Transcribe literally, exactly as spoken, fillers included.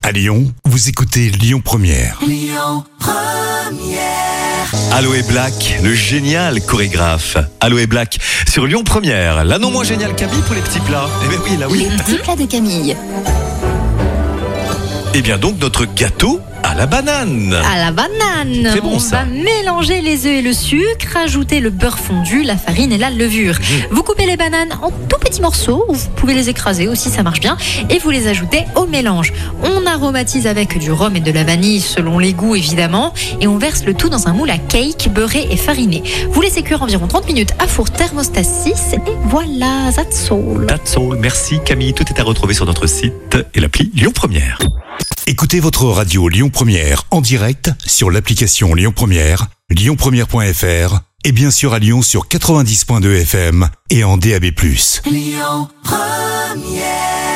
À Lyon, vous écoutez Lyon Première. Lyon Première. Aloe Black, le génial chorégraphe. Aloe Black sur Lyon Première. La non moins géniale Camille pour les petits plats. Eh bien oui, là oui. Les petits plats de Camille. Et bien donc notre gâteau à la banane. À la banane. C'est bon, On ça. va mélanger les œufs et le sucre, ajouter le beurre fondu, la farine et la levure. Mmh. Vous coupez les bananes en tout petits morceaux, ou vous pouvez les écraser aussi, ça marche bien, et vous les ajoutez au mélange. On aromatise avec du rhum et de la vanille selon les goûts évidemment, et on verse le tout dans un moule à cake beurré et fariné. Vous laissez cuire environ trente minutes à four thermostat six, et voilà, that's all. That's all. Merci Camille. Tout est à retrouver sur notre site et l'appli Lyon Première. Écoutez votre radio Lyon Première en direct sur l'application Lyon Première, lyon première point f r et bien sûr à Lyon sur quatre-vingt-dix virgule deux F M et en D A B plus. Lyon Première.